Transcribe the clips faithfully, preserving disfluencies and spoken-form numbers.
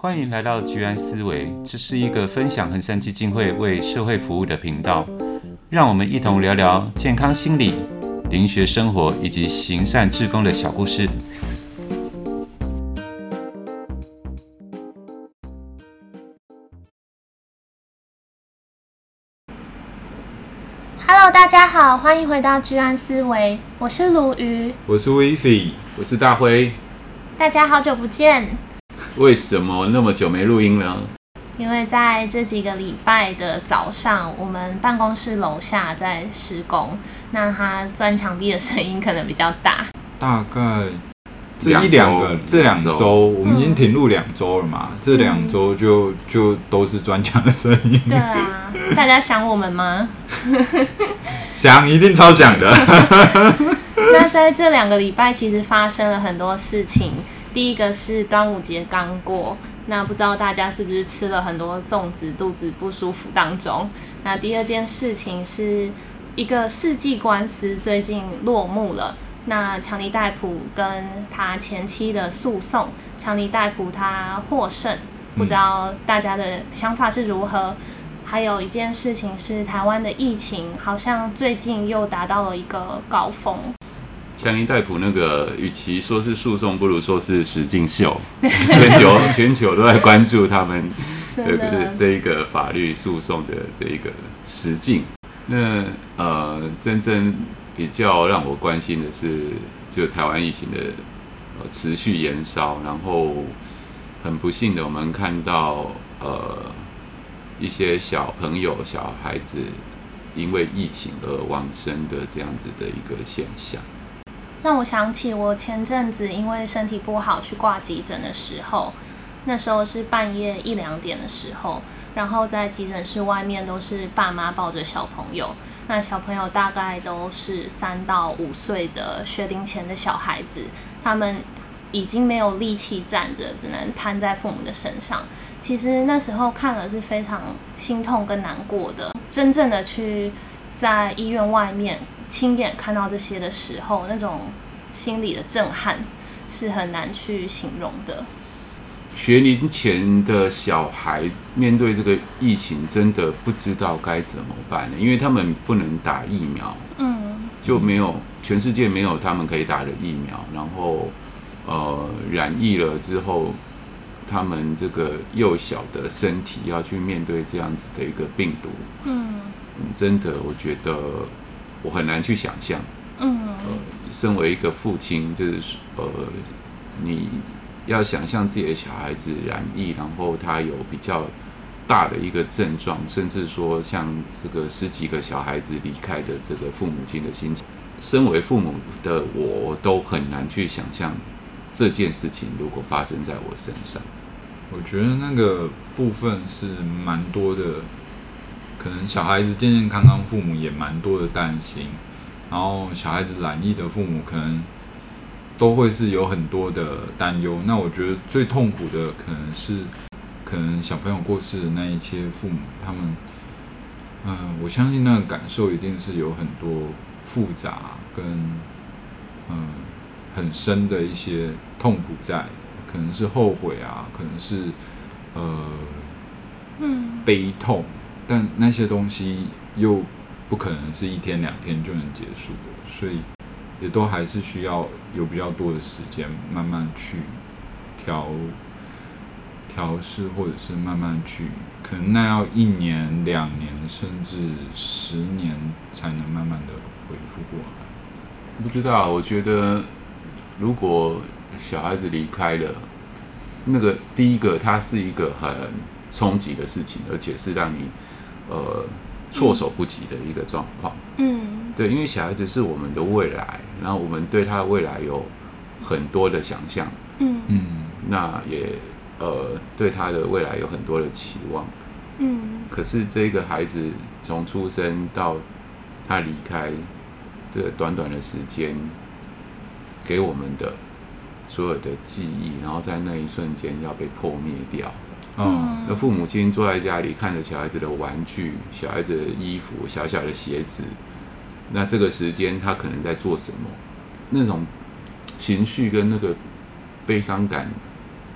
欢迎来到居安思维，这是一个分享衡山基金会为社会服务的频道，让我们一同聊聊健康心理、灵学生活以及行善志工的小故事。 Hello， 大家好，欢迎回到居安思维，我是鲈鱼， 我是威菲， 我是大辉。 大家好久不见。 为什么那么久没录音呢？ 因为在这几个礼拜的早上，我们办公室楼下在施工，那它钻墙壁的声音可能比较大。 大概这一两个这两周，我们已经停录两周了嘛，嗯、这两周就就都是钻墙的声音。 对啊，大家想我们吗？ 想，一定超想的。 那在这两个礼拜，其实发生了很多事情。第一个是端午节刚过，那不知道大家是不是吃了很多粽子，肚子不舒服当中。那第二件事情是一个世纪官司最近落幕了。那强尼戴普跟他前妻的诉讼，强尼戴普他获胜，不知道大家的想法是如何？嗯、还有一件事情是台湾的疫情好像最近又达到了一个高峰。 强尼戴普那个，与其说是诉讼，不如说是实境秀，全球全球都在关注他们的这一个法律诉讼的这一个实境。那呃，真正比较让我关心的是，就台湾疫情的、呃、持续延烧，然后很不幸的，我们看到呃一些小朋友、小孩子因为疫情而往生的这样子的一个现象。 那我想起我前阵子因为身体不好去挂急诊的时候，那时候是半夜一两点的时候，然后在急诊室外面都是爸妈抱着小朋友，那小朋友大概都是三到五岁的学龄前的小孩子，他们已经没有力气站着，只能瘫在父母的身上。其实那时候看了是非常心痛跟难过的，真正的去在医院外面亲眼看到这些的时候，那种心理的震撼是很难去形容的。 学龄前的小孩面对这个疫情，真的不知道该怎么办呢？因为他们不能打疫苗，嗯，就没有全世界没有他们可以打的疫苗，然后呃染疫了之后，他们这个幼小的身体要去面对这样子的一个病毒，嗯，真的我觉得我很难去想象，嗯，呃，身为一个父亲，就是呃，你要想象自己的小孩子染疫，然后他有比较大的一个症状，甚至说像这个十几个小孩子离开的这个父母亲的心情，身为父母的我都很难去想象这件事情如果发生在我身上。 我觉得那个部分是蛮多的。可能小孩子健健康康，父母也蛮多的担心，然后小孩子染疫的父母可能都会是有很多的担忧。那我觉得最痛苦的可能是，可能小朋友过世的那一些父母，他们，嗯、呃，我相信那个感受一定是有很多复杂跟，嗯，很深的一些痛苦在，可能是后悔啊，可能是，呃，嗯，悲痛。但那些东西又不可能是一天两天就能结束的，所以也都还是需要有比较多的时间慢慢去调调试，或者是慢慢去，可能那要一年、两年，甚至十年才能慢慢的恢复过来。 不知道，我觉得如果小孩子离开了，那个第一个，它是一个很冲击的事情，而且是让你呃措手不及的一个状况。嗯，对，因为小孩子是我们的未来，然后我们对他的未来有很多的想象。嗯嗯，那也呃对他的未来有很多的期望。嗯，可是这个孩子从出生到他离开这个短短的时间，给我们的所有的记忆，然后在那一瞬间要被破灭掉。嗯，那父母亲坐在家里看着小孩子的玩具、小孩子的衣服、小小的鞋子，那这个时间他可能在做什么？那种情绪跟那个悲伤感，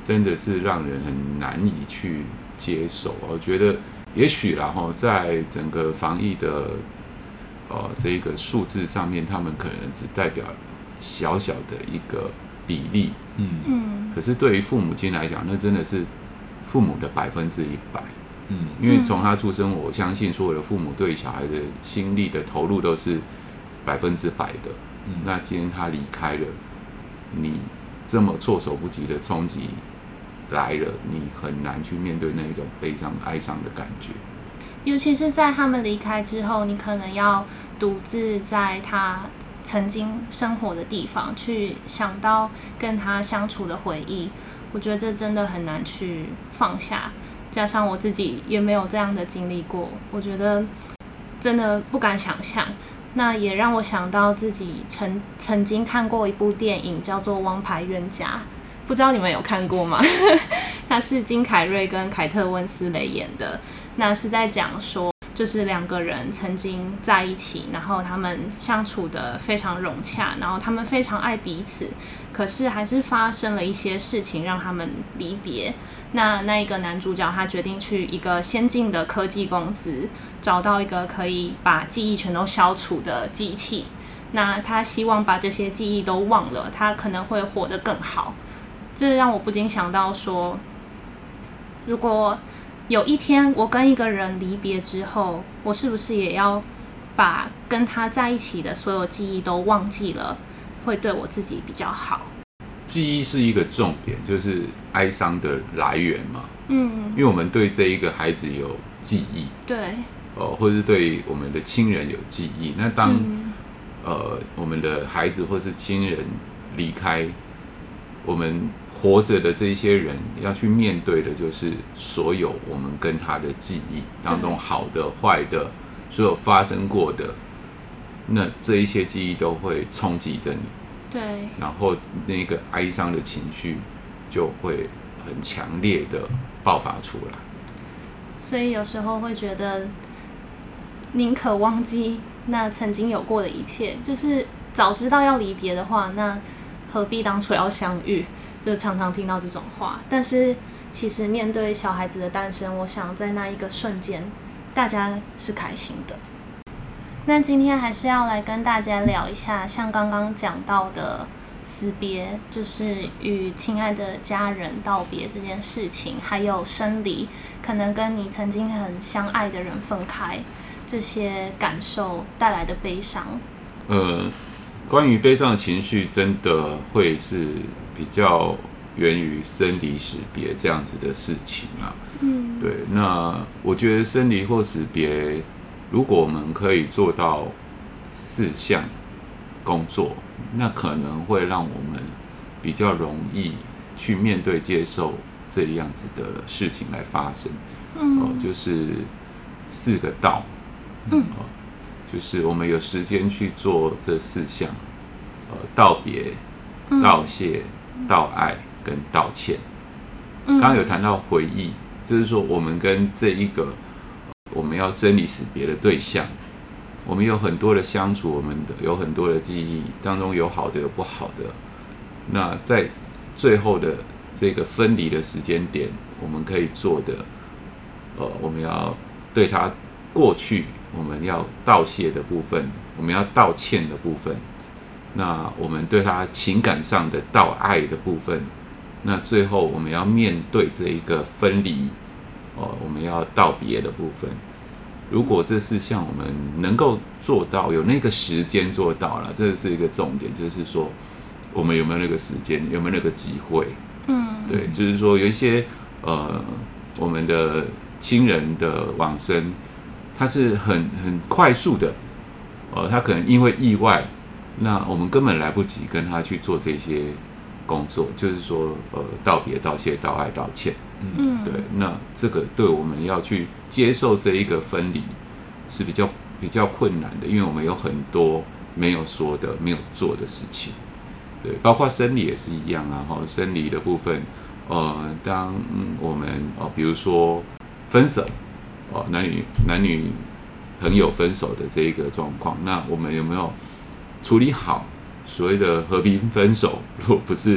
真的是让人很难以去接受。我觉得也许啦齁，在整个防疫的呃这个数字上面，他们可能只代表小小的一个比例，嗯嗯，可是对于父母亲来讲，那真的是父母的百分之一百。嗯，因为从他出生，我相信所有的父母对小孩的心力的投入都是百分之百的。嗯，那今天他离开了，你这么措手不及的冲击来了，你很难去面对那一种悲伤、哀伤的感觉。 尤其是在他们离开之后，你可能要独自在他曾经生活的地方去想到跟他相处的回忆，我觉得这真的很难去放下。加上我自己也没有这样的经历过，我觉得真的不敢想象。那也让我想到自己曾曾经看过一部电影，叫做《王牌冤家》，不知道你们有看过吗？它是金凯瑞跟凯特温斯雷演的，那是在讲说，就是两个人曾经在一起，然后他们相处得非常融洽，然后他们非常爱彼此，可是还是发生了一些事情让他们离别。那那一个男主角他决定去一个先进的科技公司，找到一个可以把记忆全都消除的机器。那他希望把这些记忆都忘了，他可能会活得更好。这让我不禁想到说，如果有一天我跟一个人离别之后，我是不是也要把跟他在一起的所有记忆都忘记了，会对我自己比较好。 记忆是一个重点，就是哀伤的来源嘛。 嗯， 因为我们对这一个孩子有记忆， 对， 呃，或者是对我们的亲人有记忆。那当、嗯、呃我们的孩子或是亲人离开，我们活着的这一些人要去面对的，就是所有我们跟他的记忆当中，好的、坏的，所有发生过的，那这一些记忆都会冲击着你。 对， 然后那个哀伤的情绪就会很强烈的爆发出来。 所以有时候会觉得，宁可忘记那曾经有过的一切，就是早知道要离别的话，那何必当初要相遇？就常常听到这种话。但是其实面对小孩子的诞生，我想在那一个瞬间，大家是开心的。那今天还是要来跟大家聊一下，像刚刚讲到的死别，就是与亲爱的家人道别这件事情，还有生离，可能跟你曾经很相爱的人分开，这些感受带来的悲伤。 呃，关于悲伤的情绪，真的会是比较源于生离死别这样子的事情啊。嗯，对。那我觉得生离或死别，如果我们可以做到四项工作，那可能会让我们比较容易去面对、接受这样子的事情来发生。嗯，呃、就是四个道。嗯、呃，就是我们有时间去做这四项，呃，道别、道谢、道爱跟道歉。刚刚有谈到回忆，就是说我们跟这一个我们要生离死别的对象，我们有很多的相处，我们的有很多的记忆当中有好的有不好的。那在最后的这个分离的时间点，我们可以做的，呃，我们要对他过去我们要道谢的部分，我们要道歉的部分，那我们对他情感上的道爱的部分，那最后我们要面对这一个分离。哦，我们要道别的部分，如果这四项我们能够做到，有那个时间做到了，这是一个重点，就是说我们有没有那个时间，有没有那个机会？嗯，对，就是说有一些呃，我们的亲人的往生，它是很很快速的，呃，他可能因为意外，那我们根本来不及跟他去做这些工作，就是说呃，道别、道谢、道爱、道歉。嗯，对，那这个对我们要去接受这一个分离是比较比较困难的，因为我们有很多没有说的、没有做的事情，对，包括生理也是一样啊。哈，生理的部分，呃，当我们哦，比如说分手，哦，男女男女朋友分手的这一个状况，那我们有没有处理好所谓的和平分手？如果不是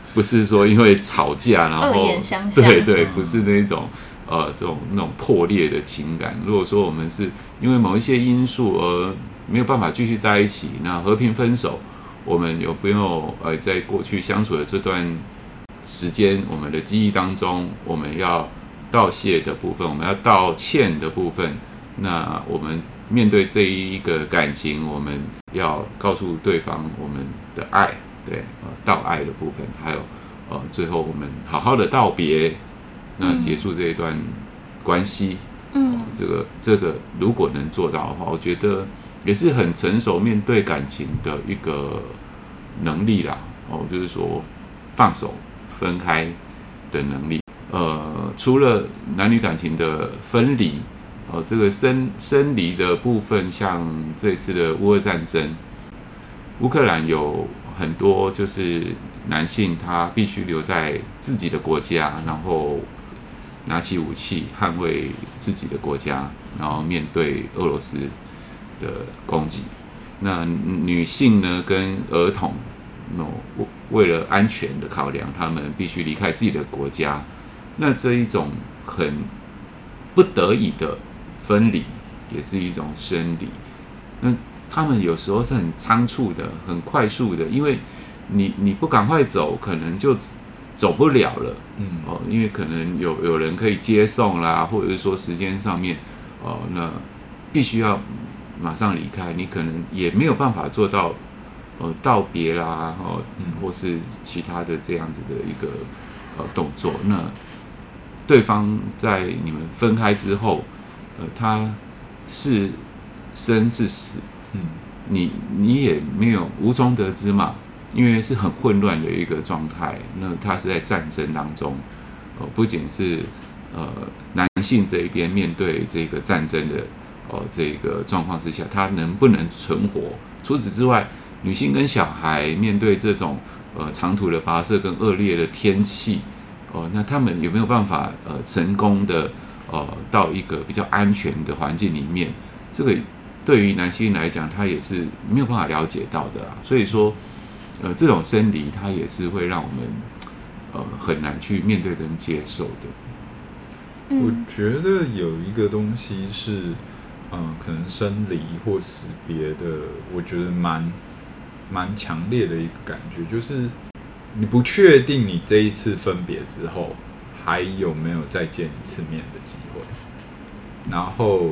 不是说因为吵架然后恶言相向， 对对，不是那种呃这种那种破裂的情感。如果说我们是因为某一些因素而没有办法继续在一起，那和平分手，我们有没有呃在过去相处的这段时间，我们的记忆当中，我们要道谢的部分，我们要道歉的部分，那我们面对这一个感情，我们要告诉对方我们的爱，对，呃，道爱的部分，还有呃，最后我们好好的道别，那结束这一段关系，嗯、呃，这个这个如果能做到的话，我觉得也是很成熟面对感情的一个能力啦，哦，就是说放手分开的能力。呃，除了男女感情的分离，呃，这个生生离的部分，像这一次的乌俄战争，乌克兰有很多就是男性，他必须留在自己的国家，然后拿起武器捍卫自己的国家，然后面对俄罗斯的攻击。那女性呢，跟儿童，那为了安全的考量，他们必须离开自己的国家。那这一种很不得已的分离，也是一种生离。那他们有时候是很仓促的、很快速的，因为你你不赶快走，可能就走不了了。嗯，哦，因为可能有有人可以接送啦，或者是说时间上面，哦，那必须要马上离开，你可能也没有办法做到呃道别啦，哦，或是其他的这样子的一个呃动作。那对方在你们分开之后，呃，他是生是死，嗯，你你也没有无从得知嘛，因为是很混乱的一个状态。那他是在战争当中，呃，不仅是呃男性这一边面对这个战争的呃这个状况之下，他能不能存活？除此之外，女性跟小孩面对这种呃长途的跋涉跟恶劣的天气。哦，那他们有没有办法呃成功的呃到一个比较安全的环境里面？这个对于男性来讲，他也是没有办法了解到的啊。所以说，呃，这种生离，它也是会让我们呃很难去面对跟接受的。 嗯、我觉得有一个东西是，嗯、呃，可能生离或死别的，我觉得蛮蛮强烈的一个感觉，就是。你不确定你这一次分别之后还有没有再见一次面的机会，然后，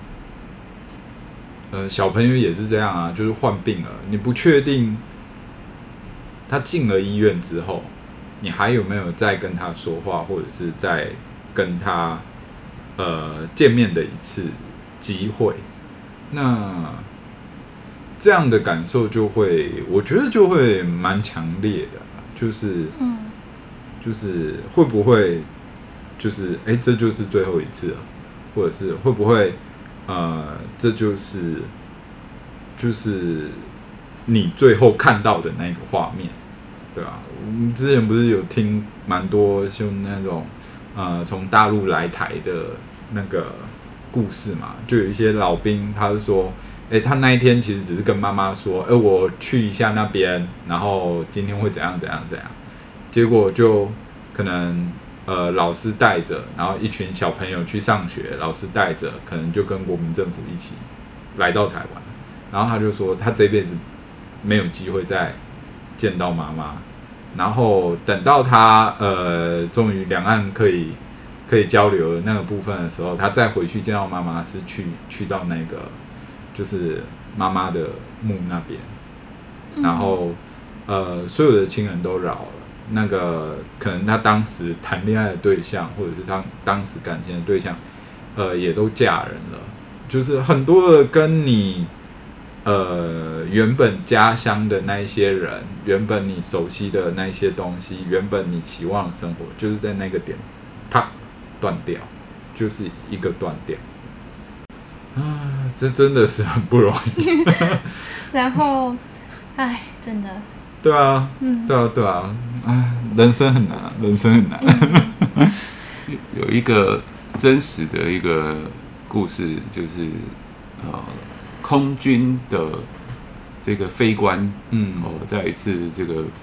呃，小朋友也是这样啊，就是患病了，你不确定他进了医院之后，你还有没有再跟他说话，或者是再跟他呃见面的一次机会，那这样的感受就会，我觉得就会蛮强烈的。就是，嗯，就是会不会，就是哎、欸，这就是最后一次了，或者是会不会，呃，这就是，就是你最后看到的那个画面，对吧？我们之前不是有听蛮多就那种，呃，从大陆来台的那个故事嘛，就有一些老兵，他就说。欸、他那一天其实只是跟妈妈说，欸、我去一下那边，然后今天会怎样怎样怎样，结果就可能呃老师带着，然后一群小朋友去上学，老师带着，可能就跟国民政府一起来到台湾，然后他就说他这辈子没有机会再见到妈妈，然后等到他呃终于两岸可以可以交流的那个部分的时候，他再回去见到妈妈是去去到那个。就是妈妈的墓那边，然后呃，所有的亲人都老了。那个可能他当时谈恋爱的对象，或者是他当时感情的对象，呃，也都嫁人了。就是很多的跟你呃原本家乡的那一些人，原本你熟悉的那一些东西，原本你期望的生活，就是在那个点，啪断掉，就是一个断掉。啊，这真的是很不容易。 然后，哎，真的。 对啊，嗯，对啊，对啊，哎，人生很难，人生很难。 嗯、有一个真实的一个故事，就是呃，空军的这个飞官，嗯，哦，在一次这个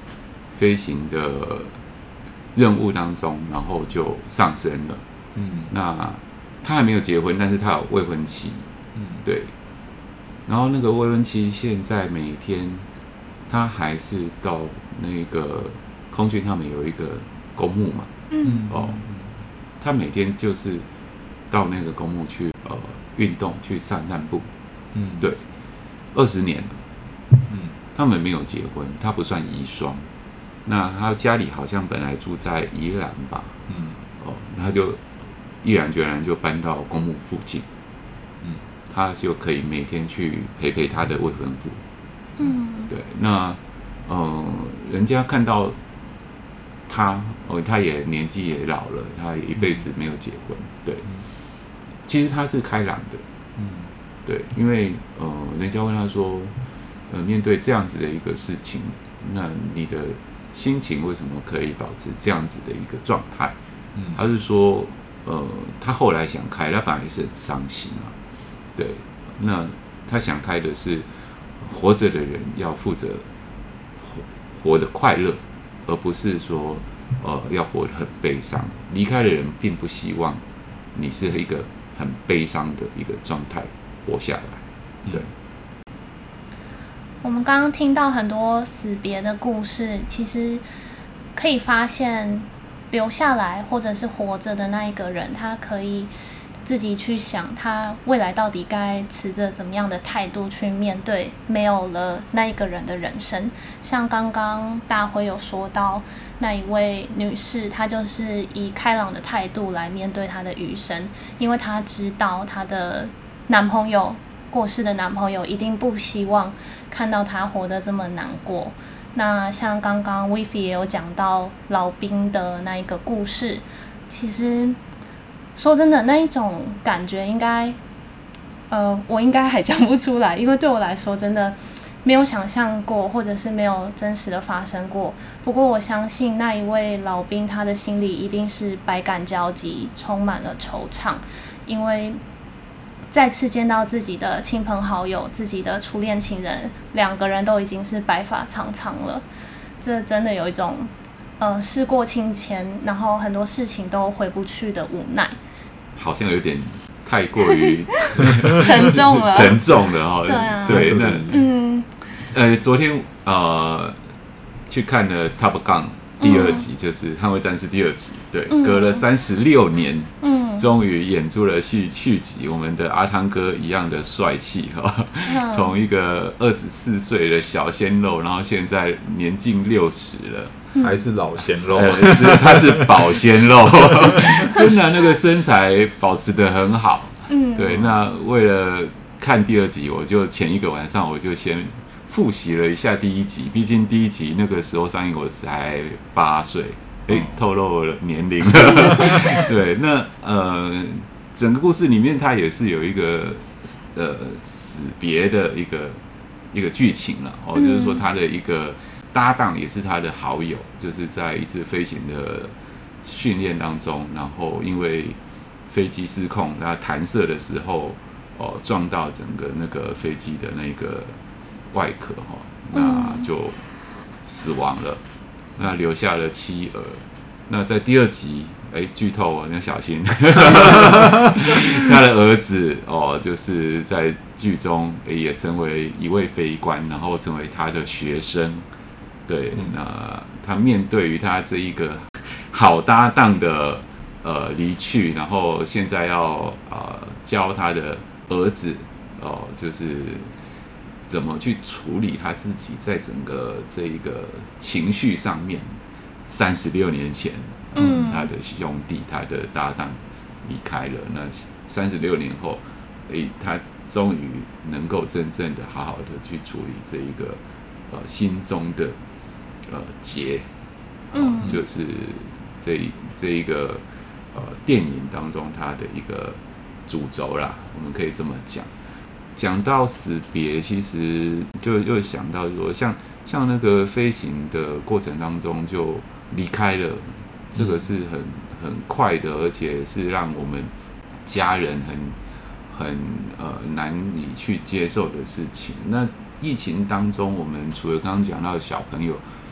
飞行的任务当中，然后就上升了。嗯，那他还没有结婚，但是他有未婚妻。嗯，对。然后那个未婚妻现在每天，他还是到那个空军他们有一个公墓嘛。嗯，哦，他每天就是到那个公墓去呃运动，去散散步。嗯，对，二十年了。嗯，他们没有结婚，他不算遗孀。那他家里好像本来住在宜兰吧。嗯，哦，他就毅然决然就搬到公墓附近。嗯，他就可以每天去陪陪他的未婚夫。嗯，对，那呃，人家看到他，哦，他也年纪也老了，他也一辈子没有结婚。对，其实他是开朗的。嗯，对，因为呃，人家问他说，呃，面对这样子的一个事情，那你的心情为什么可以保持这样子的一个状态？嗯，他是说，呃，他后来想开，他本来也是很伤心嘛。对，那他想开的是，活着的人要负责活活得快乐，而不是说，呃，要活得很悲伤。离开的人并不希望你是一个很悲伤的一个状态活下来。对。 我们刚刚听到很多死别的故事，其实可以发现，留下来或者是活着的那一个人，他可以自己去想，他未来到底该持着怎么样的态度去面对没有了那一个人的人生。像刚刚大辉有说到那一位女士，她就是以开朗的态度来面对她的余生，因为她知道她的男朋友过世的男朋友一定不希望看到她活得这么难过。那像刚刚 Vivi 也有讲到老兵的那一个故事，其实说真的，那一种感觉应该，呃，我应该还讲不出来，因为对我来说真的没有想象过，或者是没有真实的发生过。不过我相信那一位老兵他的心里一定是百感交集，充满了惆怅，因为再次见到自己的亲朋好友，自己的初恋情人，两个人都已经是白发苍苍了，这真的有一种呃事过境迁，然后很多事情都回不去的无奈。 好像有点太过于沉重了， 沉重了哈。 对啊， 对，那嗯呃，昨天呃去看了《Top Gun》第二集，嗯、就是《捍卫战士》第二集，对，嗯、隔了三十六年，嗯，终于演出了续续集，我们的阿汤哥一样的帅气哈，从、嗯、一个二十四岁的小鲜肉，然后现在年近六十了。 还是老鲜肉、 呃，是他是保鲜肉，真的那个身材保持得很好。嗯，对。那为了看第二集，我就前一个晚上我就先复习了一下第一集，毕竟第一集那个时候上映我才八岁，哎、欸，透露了年龄了。对，那呃，整个故事里面它也是有一个呃死别的一个一个剧情了哦，就是说他的一个搭档也是他的好友，就是在一次飞行的训练当中，然后因为飞机失控，然后弹射的时候，哦，撞到整个那个飞机的那个外壳哈，那就死亡了，那留下了妻儿。那在第二集，哎，剧透哦，你要小心。他的儿子哦，就是在剧中也成为一位飞官，然后成为他的学生。对，那他面对于他这一个好搭档的呃离去，然后现在要呃教他的儿子哦、呃，就是怎么去处理他自己在整个这一个情绪上面。三十六年前，嗯，他的兄弟、他的搭档离开了，那三十六年后，哎，他终于能够真正的好好的去处理这一个呃心中的。呃，结，嗯，就是这这一个呃电影当中它的一个主轴啦，我们可以这么讲。讲到死别，其实就又想到说，像像那个飞行的过程当中就离开了，这个是很很快的，而且是让我们家人很很呃难以去接受的事情。那疫情当中，我们除了刚刚讲到的小朋友。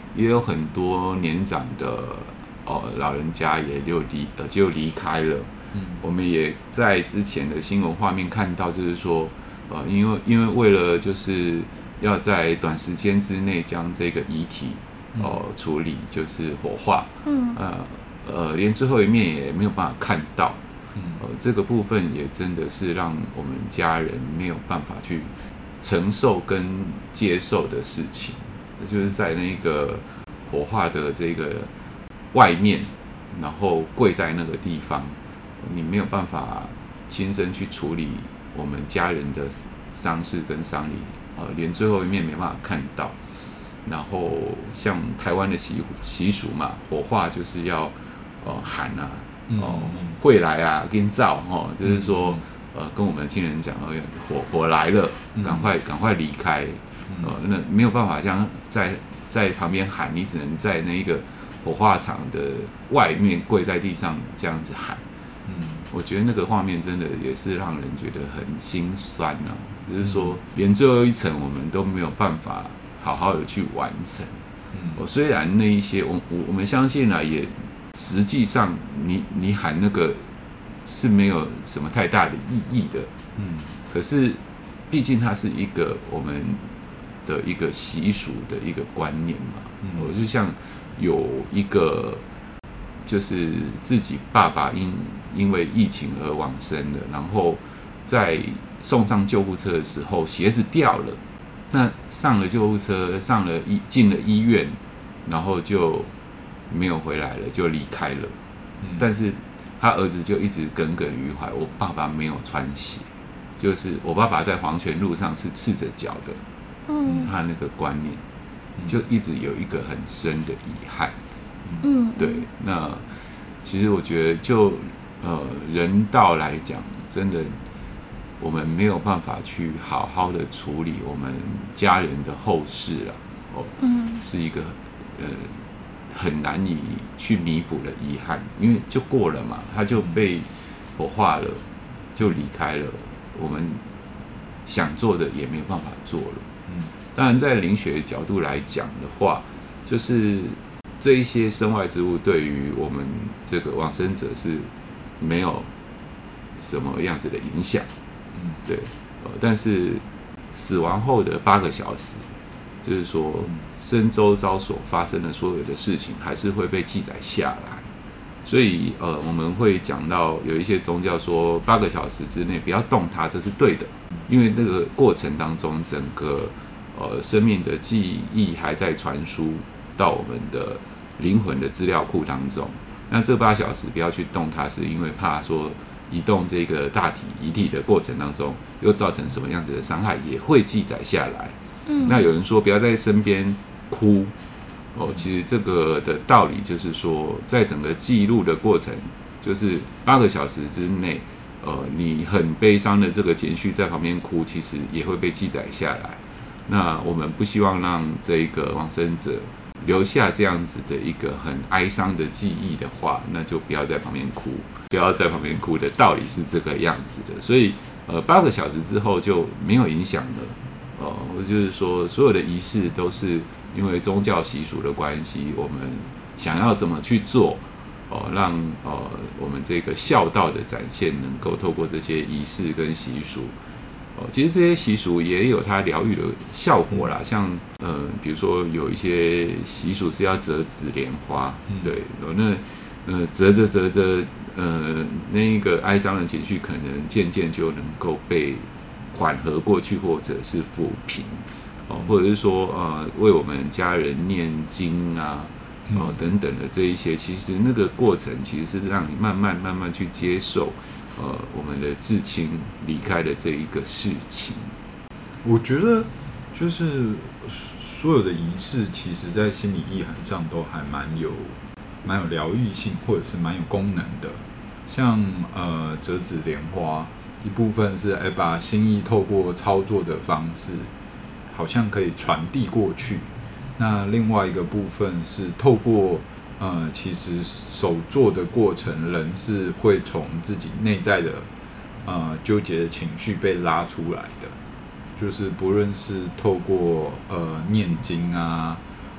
也有很多年长的哦老人家也就离呃就离开了。嗯，我们也在之前的新闻画面看到，就是说，呃，因为因为为了就是要在短时间之内将这个遗体哦、呃、处理，就是火化，嗯，呃呃，连最后一面也没有办法看到，嗯，呃，这个部分也真的是让我们家人没有办法去承受跟接受的事情，就是在那个火化的这个外面，然后跪在那个地方。你没有办法亲身去处理我们家人的丧事跟丧礼，呃，连最后一面没办法看到。然后像台湾的习习俗嘛，火化就是要呃喊啊，哦、呃、会来啊，跟照哦，就是说呃跟我们的亲人讲，呃火火来了，赶快赶快离开，呃那没有办法这样在在旁边喊，你只能在那个火化场的外面跪在地上这样子喊。嗯，我觉得那个画面真的也是让人觉得很心酸啊，就是说连最后一层我们都没有办法好好的去完成。嗯，虽然那一些我我我们相信啊，也实际上你你喊那个是没有什么太大的意义的。嗯，可是毕竟它是一个我们的一个习俗的一个观念嘛。嗯，我就像有一个。就是自己爸爸因因为疫情而往生了，然后在送上救护车的时候鞋子掉了，那上了救护车，上了医进了医院，然后就没有回来了，就离开了。嗯、但是他儿子就一直耿耿于怀，我爸爸没有穿鞋，就是我爸爸在黄泉路上是赤着脚的。嗯，他那个观念就一直有一个很深的遗憾。嗯，对，那其实我觉得就呃人道来讲，真的我们没有办法去好好的处理我们家人的后事了，哦，嗯，是一个呃很难以去弥补的遗憾，因为就过了嘛，他就被火化了，就离开了，我们想做的也没有办法做了。嗯，当然在灵学角度来讲的话，就是这一些身外之物对于我们这个往生者是没有什么样子的影响，嗯，对，呃，但是死亡后的八个小时，就是说身周遭所发生的所有的事情，还是会被记载下来。所以，呃，我们会讲到有一些宗教说八个小时之内不要动它，这是对的，因为那个过程当中，整个呃生命的记忆还在传输到我们的灵魂的资料库当中。那这八小时不要去动它，是因为怕说移动这个大体遗体的过程当中，又造成什么样子的伤害，也会记载下来。嗯，那有人说不要在身边哭，哦，其实这个的道理就是说，在整个记录的过程，就是八个小时之内，呃，你很悲伤的这个情绪在旁边哭，其实也会被记载下来。那我们不希望让这个往生者留下这样子的一个很哀伤的记忆的话，那就不要在旁边哭，不要在旁边哭的道理是这个样子的。所以，呃，八个小时之后就没有影响了。呃，我就是说，所有的仪式都是因为宗教习俗的关系，我们想要怎么去做，哦、呃，让呃我们这个孝道的展现能够透过这些仪式跟习俗。其实这些习俗也有它疗愈的效果啦，像呃，比如说有一些习俗是要折紫莲花，对，那呃折着折着，呃，那一个哀伤的情绪可能渐渐就能够被缓和过去，或者是抚平，哦，或者是说呃为我们家人念经啊，哦等等的这一些，其实那个过程其实是让你慢慢慢慢去接受。呃，我们的至亲离开的这一个事情， 我觉得就是所有的仪式，其实在心理意涵上都还蛮有蛮有疗愈性，或者是蛮有功能的。像呃折纸莲花，一部分是哎把心意透过操作的方式，好像可以传递过去。那另外一个部分是透过呃，其实手做的过程，人是会从自己内在的呃纠结的情绪被拉出来的，就是不论是透过呃念经啊，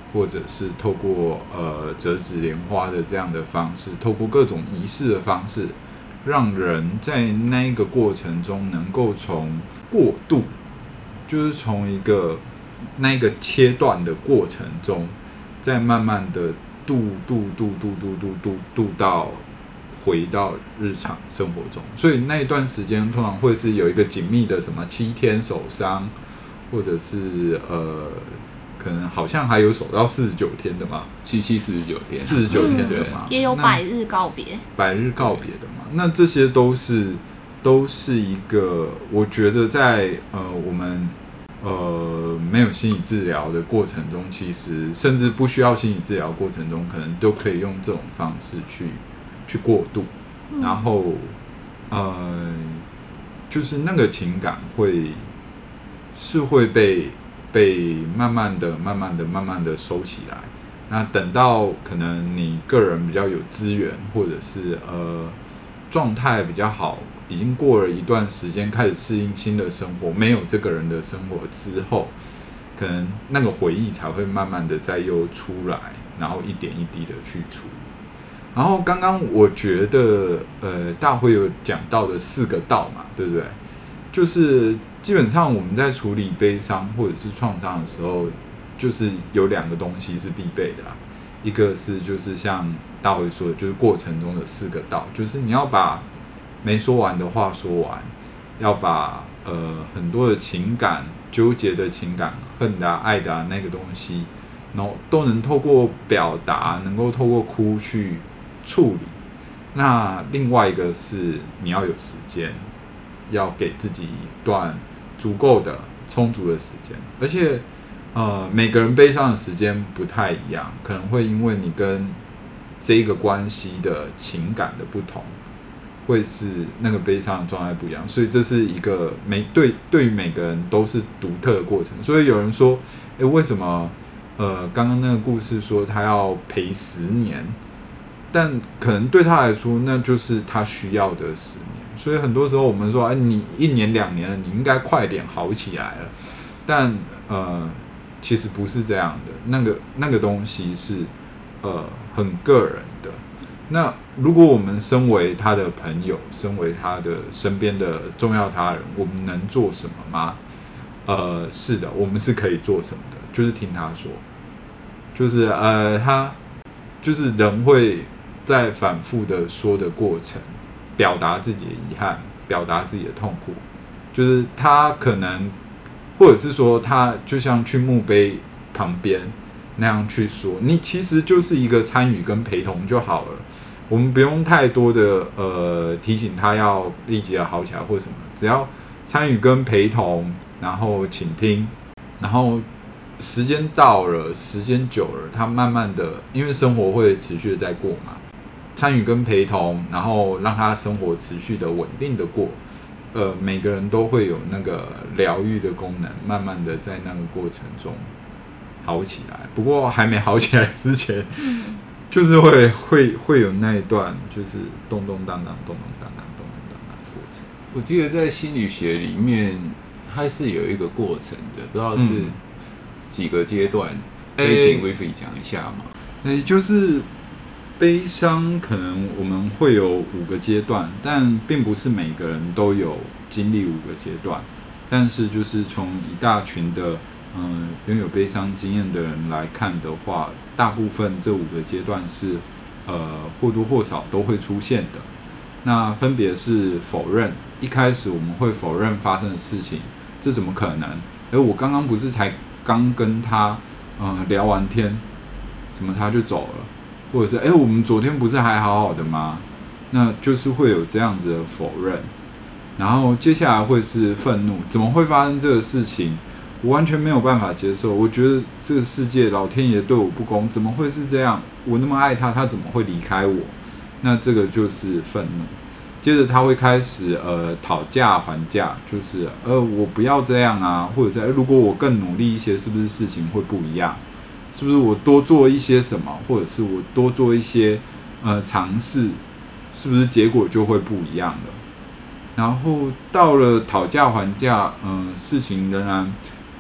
或者是透过呃折纸莲花的这样的方式，透过各种仪式的方式，让人在那一个过程中能够从过渡，就是从一个那一个切断的过程中，再慢慢的渡渡渡渡渡渡渡渡到回到日常生活中。所以那一段时间通常会是有一个紧密的什么七天守丧，或者是呃。可能好像还有守到四十九天的嘛， 七七四十九天， 四十九天的嘛、 嗯，也有百日告别， 百日告别的嘛。那这些都是都是一个，我觉得在呃我们呃没有心理治疗的过程中，其实甚至不需要心理治疗过程中，可能都可以用这种方式去去过渡，嗯、然后呃就是那个情感会是会被。被慢慢的、慢慢的、慢慢的收起来。那等到可能你个人比较有资源，或者是呃状态比较好，已经过了一段时间，开始适应新的生活，没有这个人的生活之后，可能那个回忆才会慢慢的再又出来，然后一点一滴的去处理。然后刚刚我觉得呃大辉有讲到的四个道嘛，对不对？就是基本上我们在处理悲伤或者是创伤的时候，就是有两个东西是必备的啦。一个是就是像大辉说的，就是过程中的四个道，就是你要把没说完的话说完，要把呃很多的情感、纠结的情感、恨的、啊、爱的、啊、那个东西，然后都能透过表达，能够透过哭去处理。那另外一个是你要有时间。要给自己一段足够的、充足的时间，而且，呃，每个人悲伤的时间不太一样，可能会因为你跟这一个关系的情感的不同，会是那个悲伤的状态不一样，所以这是一个每对对于每个人都是独特的过程。所以有人说，诶，为什么呃刚刚那个故事说他要陪十年，但可能对他来说，那就是他需要的十年。所以很多时候我们说，哎，你一年两年了，你应该快点好起来了。但呃，其实不是这样的。那个那个东西是呃很个人的。那如果我们身为他的朋友，身为他的身边的重要他人，我们能做什么吗？呃，是的，我们是可以做什么的，就是听他说，就是呃，他就是人会在反复的说的过程。表达自己的遗憾，表达自己的痛苦，就是他可能，或者是说他就像去墓碑旁边那样去说，你其实就是一个参与跟陪同就好了，我们不用太多的呃提醒他要立即的好起来或什么，只要参与跟陪同，然后倾听，然后时间到了，时间久了，他慢慢的，因为生活会持续的在过嘛。参与跟陪同，然后让他生活持续的稳定的过，呃，每个人都会有那个疗愈的功能，慢慢的在那个过程中好起来。不过还没好起来之前，就是会会会有那一段就是咚咚当当、咚咚当当、咚咚当当的过程。 我记得在心理学里面，它是有一个过程的，不知道是几个阶段，可以请 Vivi 讲一下吗？ 诶，就是悲伤可能我们会有五个阶段，但并不是每个人都有经历五个阶段。但是就是从一大群的嗯拥有悲伤经验的人来看的话，大部分这五个阶段是呃或多或少都会出现的。那分别是否认，一开始我们会否认发生的事情，这怎么可能？哎，我刚刚不是才刚跟他嗯聊完天，怎么他就走了？或者是哎，我们昨天不是还好好的吗？那就是会有这样子的否认，然后接下来会是愤怒，怎么会发生这个事情？我完全没有办法接受，我觉得这个世界老天爷对我不公，怎么会是这样？我那么爱他，他怎么会离开我？那这个就是愤怒。接着他会开始呃讨价还价，就是呃我不要这样啊，或者是、呃、如果我更努力一些，是不是事情会不一样？是不是我多做一些什么，或者是我多做一些呃尝试，是不是结果就会不一样了？然后到了讨价还价，嗯、呃，事情仍然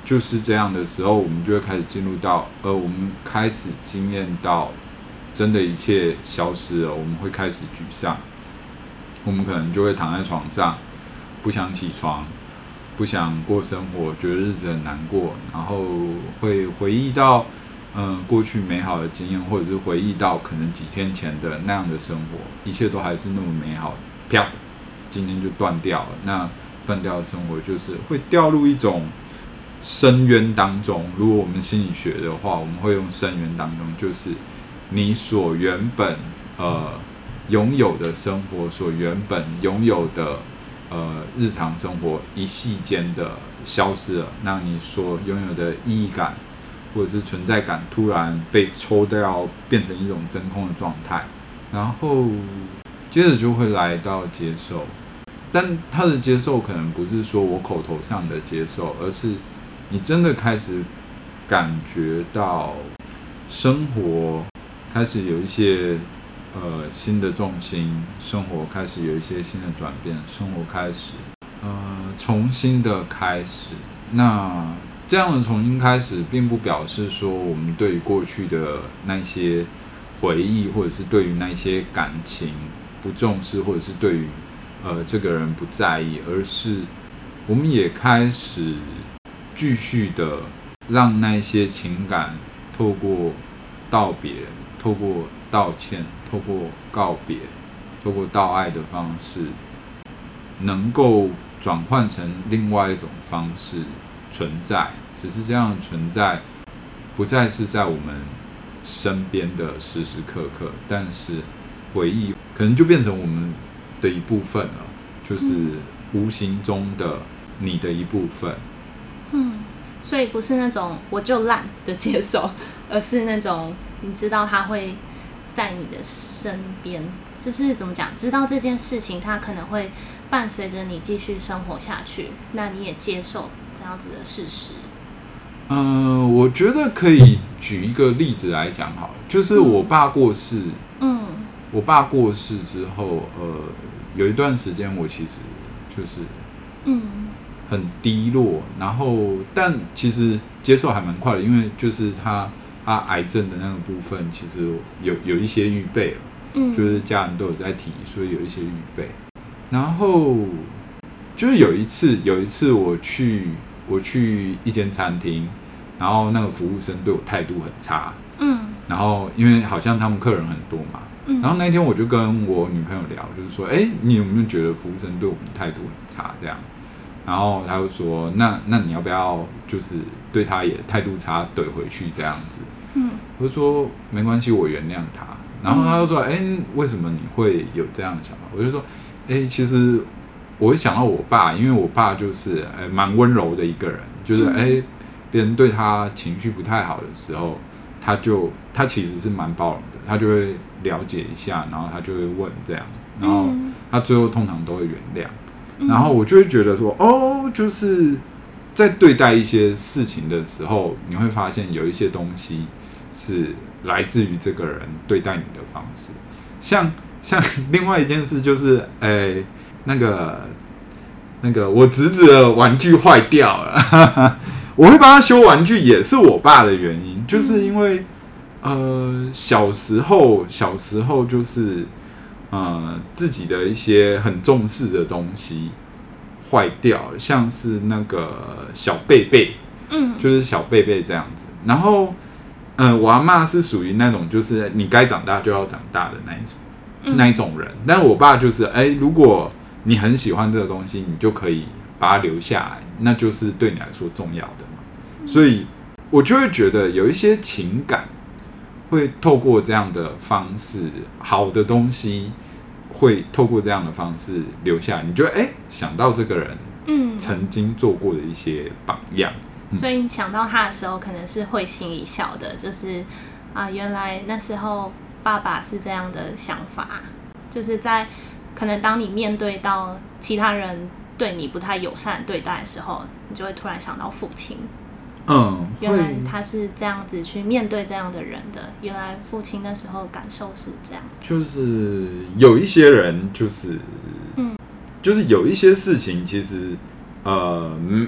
就是这样的时候，我们就会开始进入到，呃，我们开始经验到真的一切消失了，我们会开始沮丧，我们可能就会躺在床上，不想起床，不想过生活，觉得日子很难过，然后会回忆到，嗯、呃，过去美好的经验，或者是回忆到可能几天前的那样的生活，一切都还是那么美好，啪，今天就断掉了。那断掉的生活就是会掉入一种深渊当中。如果我们心理学的话，我们会用深渊当中，就是你所原本呃拥有的生活，所原本拥有的呃日常生活，一夕间的消失了。那你所拥有的意义感或者是存在感，突然被抽掉，变成一种真空的状态，然后接着就会来到接受。但他的接受可能不是说我口头上的接受，而是你真的开始感觉到生活开始有一些呃新的重心，生活开始有一些新的转变，生活开始呃重新的开始。那这样的重新开始，并不表示说我们对于过去的那些回忆，或者是对于那些感情不重视，或者是对于呃这个人不在意，而是我们也开始继续的让那些情感透过道别，透过道歉，透过告别，透过道爱的方式，能够转换成另外一种方式存在。只是这样的存在不再是在我们身边的时时刻刻，但是回忆可能就变成我们的一部分了，就是无形中的你的一部分。 嗯，所以不是那种我就烂的接受，而是那种你知道他会在你的身边，就是怎么讲，知道这件事情它可能会伴随着你继续生活下去，那你也接受这样子的事实。 嗯、呃，我觉得可以举一个例子来讲好了，就是我爸过世，嗯，我爸过世之后，呃，有一段时间我其实就是，嗯，很低落，然后但其实接受还蛮快的，因为就是他他癌症的那个部分，其实有有一些预备了，嗯，就是家人都有在提，所以有一些预备。然后就是有一次，有一次我去我去一间餐厅，然后那个服务生对我态度很差，嗯，然后因为好像他们客人很多嘛，嗯，然后那天我就跟我女朋友聊，就是说，哎，你有没有觉得服务生对我们态度很差这样？然后他就说，那那你要不要就是对他也态度差怼回去这样子？嗯，我就说没关系，我原谅他。然后他就说，哎，为什么你会有这样的想法？我就说，哎，其实我会想到我爸，因为我爸就是哎蛮温柔的一个人，就是哎别人对他情绪不太好的时候，他就他其实是蛮包容的，他就会了解一下，然后他就会问这样，然后他最后通常都会原谅。然后我就会觉得说，哦，就是在对待一些事情的时候，你会发现有一些东西是来自于这个人对待你的方式。像像另外一件事就是，诶，那个那个我侄子的玩具坏掉了，呵呵，我会帮他修玩具，也是我爸的原因，就是因为呃小时候小时候就是。呃，自己的一些很重视的东西坏掉了，像是那个小贝贝，嗯，就是小贝贝这样子。然后，呃，我阿嬷是属于那种就是你该长大就要长大的那一种、嗯、那一种人。但我爸就是，哎、欸，如果你很喜欢这个东西，你就可以把它留下来，那就是对你来说重要的嘛。所以我就会觉得有一些情感。会透过这样的方式，好的东西会透过这样的方式留下来。你就哎、欸、想到这个人，嗯，曾经做过的一些榜样， 嗯、所以你想到他的时候，可能是会心一笑的，就是啊，原来那时候爸爸是这样的想法，就是在可能当你面对到其他人对你不太友善对待的时候，你就会突然想到父亲。嗯，原来他是这样子去面对这样的人的。原来父亲那时候感受是这样， 就是有一些人，就是，嗯，就是有一些事情，其实，呃，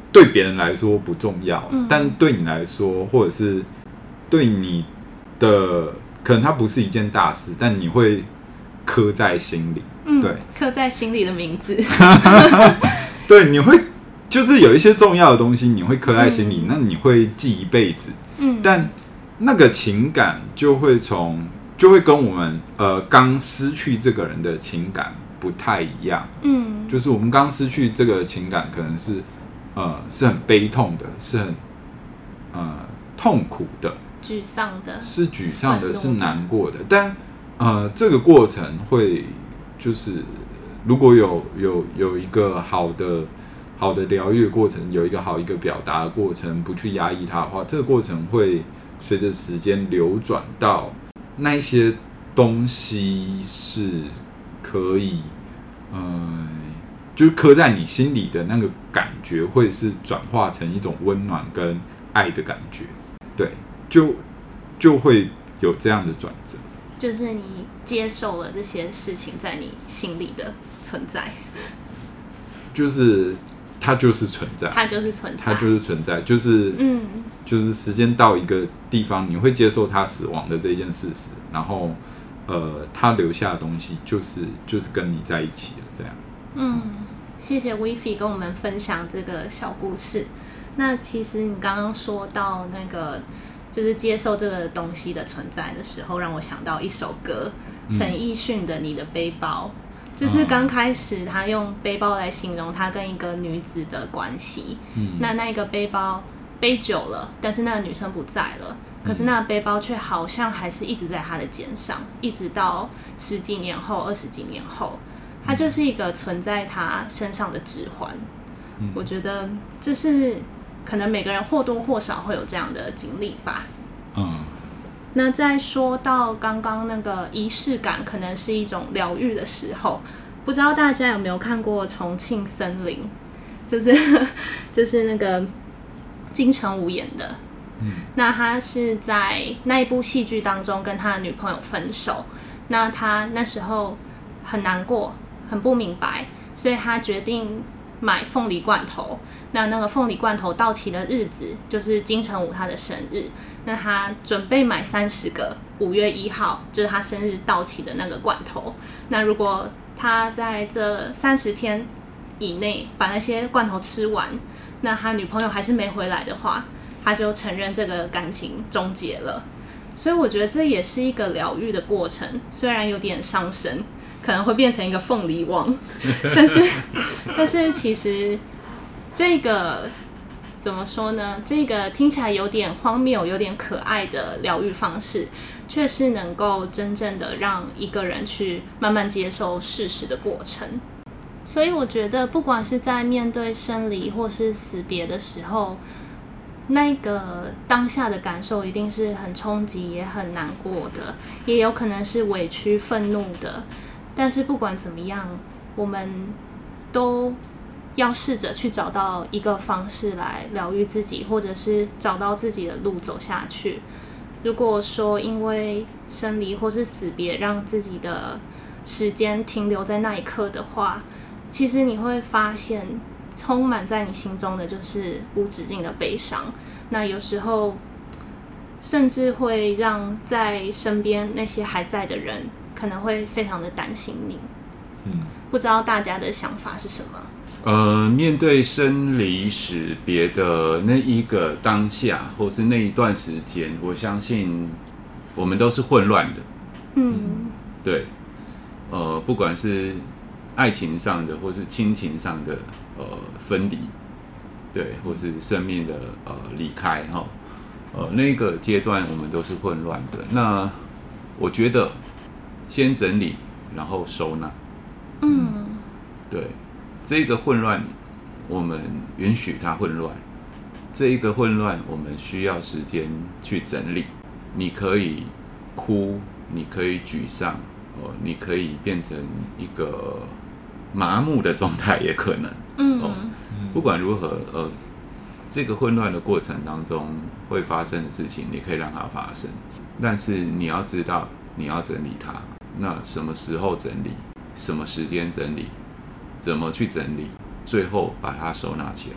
对别人来说不重要， 嗯、 但对你来说，或者是对你的，可能它不是一件大事，但你会刻在心里。 嗯、 对， 刻在心里的名字。 对，你会就是有一些重要的东西，你会刻在心里，嗯、那你会记一辈子。嗯，但那个情感就会从就会跟我们呃刚失去这个人的情感不太一样。嗯，就是我们刚失去这个情感，可能是呃是很悲痛的，是很呃痛苦的， 沮丧的， 是沮丧的，是难过的。但呃这个过程会就是。如果有有有一个好的好的疗愈的过程，有一个好一个表达的过程，不去压抑它的话，这个过程会随着时间流转到那一些东西是可以，呃，就是刻在你心里的那个感觉，会是转化成一种温暖跟爱的感觉，对，就就会有这样的转折。 就是你接受了这些事情在你心里的存在， 就是它就是存在， 它就是存在， 它就是存在，就是嗯，就是时间到一个地方，你会接受他死亡的这件事实，然后呃，他留下的东西就是就是跟你在一起的这样。 嗯，谢谢 Vivi 跟我们分享这个小故事。那其实你刚刚说到那个。就是接受这个东西的存在的时候，让我想到一首歌，陈奕迅的《你的背包》，嗯、就是刚开始他用背包来形容他跟一个女子的关系。嗯、那那个背包背久了，但是那个女生不在了，可是那个背包却好像还是一直在他的肩上，一直到十几年后、二十几年后，它就是一个存在他身上的指环。嗯、我觉得这是。可能每个人或多或少会有这样的经历吧。嗯，那在说到刚刚那个仪式感可能是一种疗愈的时候，不知道大家有没有看过《重庆森林》，就是就是那个金城武演的。嗯，那他是在那一部戏剧当中跟他的女朋友分手，那他那时候很难过，很不明白，所以他决定买凤梨罐头。那那个凤梨罐头到期的日子就是金城武他的生日，那他准备买三十个，五月一号就是他生日到期的那个罐头。那如果他在这三十天以内把那些罐头吃完，那他女朋友还是没回来的话，他就承认这个感情终结了。所以我觉得这也是一个疗愈的过程，虽然有点伤身，可能会变成一个凤梨王，但是但是其实。这个怎么说呢？这个听起来有点荒谬、有点可爱的疗愈方式，却是能够真正的让一个人去慢慢接受事实的过程。所以我觉得，不管是在面对生离或是死别的时候，那个当下的感受一定是很冲击，也很难过的，也有可能是委屈、愤怒的。但是不管怎么样，我们都要试着去找到一个方式来疗愈自己，或者是找到自己的路走下去。如果说因为生离或是死别让自己的时间停留在那一刻的话，其实你会发现充满在你心中的就是无止境的悲伤。那有时候甚至会让在身边那些还在的人可能会非常的担心你。嗯，不知道大家的想法是什么？ 呃，面对生离死别的那一个当下，或是那一段时间，我相信我们都是混乱的。嗯，对，呃，不管是爱情上的，或是亲情上的呃分离，对，或是生命的呃离开哈，呃，那个阶段我们都是混乱的。那我觉得先整理，然后收纳。嗯，对。这个混乱，我们允许它混乱。这一个混乱，我们需要时间去整理。你可以哭，你可以沮丧，哦，你可以变成一个麻木的状态，也可能。嗯、哦，不管如何，呃，这个混乱的过程当中会发生的事情，你可以让它发生，但是你要知道，你要整理它。那什么时候整理？什么时间整理？怎么去整理，最后把它收纳起来。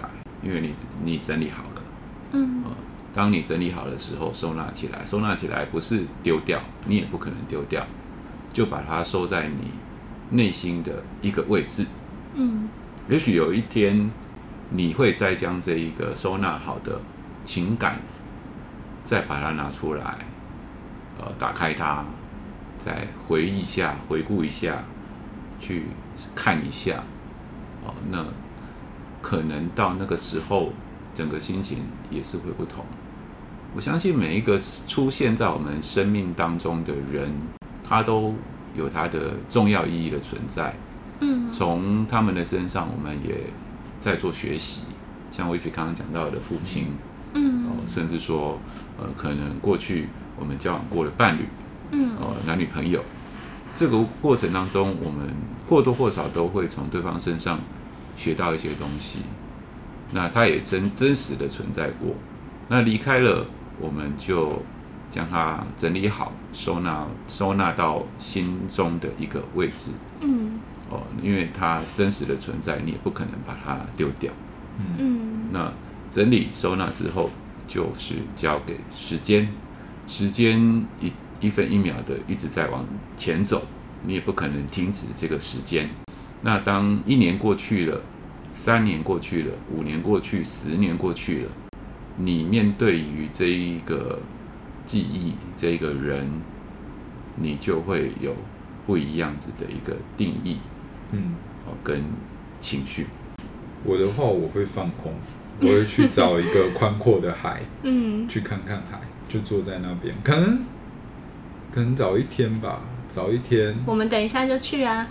因为你你整理好了， 嗯， 呃，当你整理好的时候，收纳起来，收纳起来不是丢掉，你也不可能丢掉，就把它收在你内心的一个位置， 嗯， 也许有一天你会再将这一个收纳好的情感，再把它拿出来，呃，打开它，再回忆一下，回顾一下，去看一下，哦，那可能到那个时候，整个心情也是会不同。我相信每一个出现在我们生命当中的人，他都有他的重要意义的存在。 嗯， 从他们的身上，我们也在做学习。像威菲刚刚讲到的父亲， 嗯， 哦，甚至说，呃，可能过去我们交往过的伴侣， 嗯， 呃，男女朋友，这个过程当中，我们或多或少都会从对方身上学到一些东西。那他也真真实的存在过。那离开了，我们就将它整理好，收纳收纳到心中的一个位置。 嗯， 哦，因为它真实的存在，你也不可能把它丢掉。 嗯， 那整理收纳之后，就是交给时间，时间一一分一秒的一直在往前走，你也不可能停止这个时间。那当一年过去了，三年过去了，五年过去，十年过去了，你面对于这一个记忆，这一个人，你就会有不一样子的一个定义， 嗯， 哦，跟情绪。 我的话，我会放空，我会去找一个宽阔的海， 嗯， 去看看海，就坐在那边，可能可能早一天吧，早一天， 我们等一下就去啊。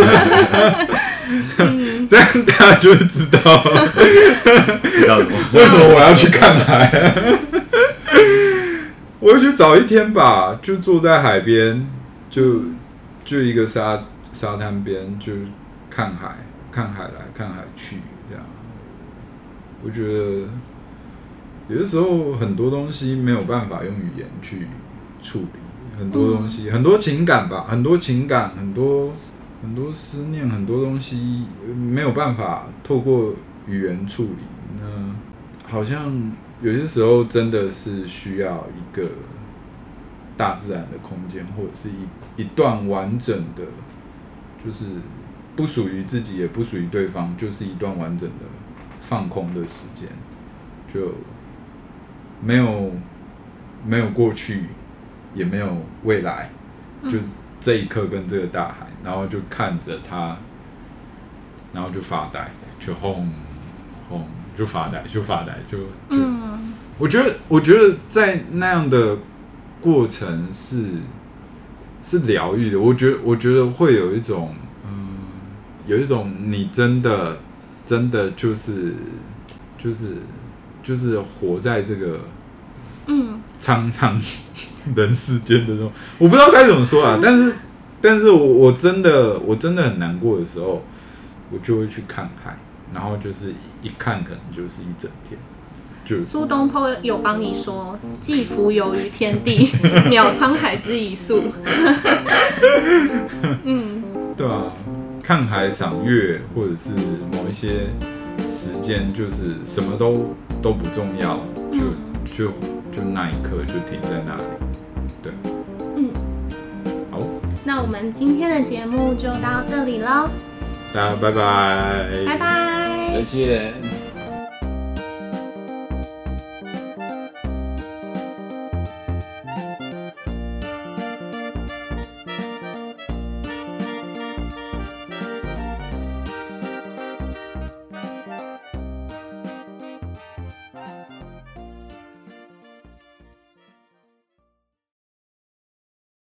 这样大家就会知道， 知道什么？ 为什么我要去看海？我会去找一天吧，就坐在海边，就就一个沙沙滩边，就看海，看海来，看海去，这样。我觉得有的时候很多东西没有办法用语言去处理，很多东西，嗯、很多情感吧，很多情感，很多很多思念，很多东西没有办法透过语言处理。那好像有些时候真的是需要一个大自然的空间，或者是一一段完整的，就是不属于自己也不属于对方，就是一段完整的放空的时间，就没有没有过去，也没有未来，就这一刻跟这个大海，然后就看着它，然后就发呆，就轰轰，就发呆，就发呆，就就，嗯、我觉得，我觉得在那样的过程是是疗愈的。我觉得，我觉得会有一种，嗯，有一种你真的真的就是就是就是活在这个嗯苍苍人世间的这种，我不知道该怎么说啊。但是，但是我我真的我真的很难过的时候，我就会去看海。然后就是一看，可能就是一整天。就苏东坡有帮你说：“寄蜉蝣于天地，渺沧海之一粟。”嗯， 对啊，看海赏月，或者是某一些时间，就是什么都都不重要，就就就那一刻就停在那里。对， 嗯， 好， 那我们今天的节目就到这里喽。 大家拜拜， 拜拜， 再见。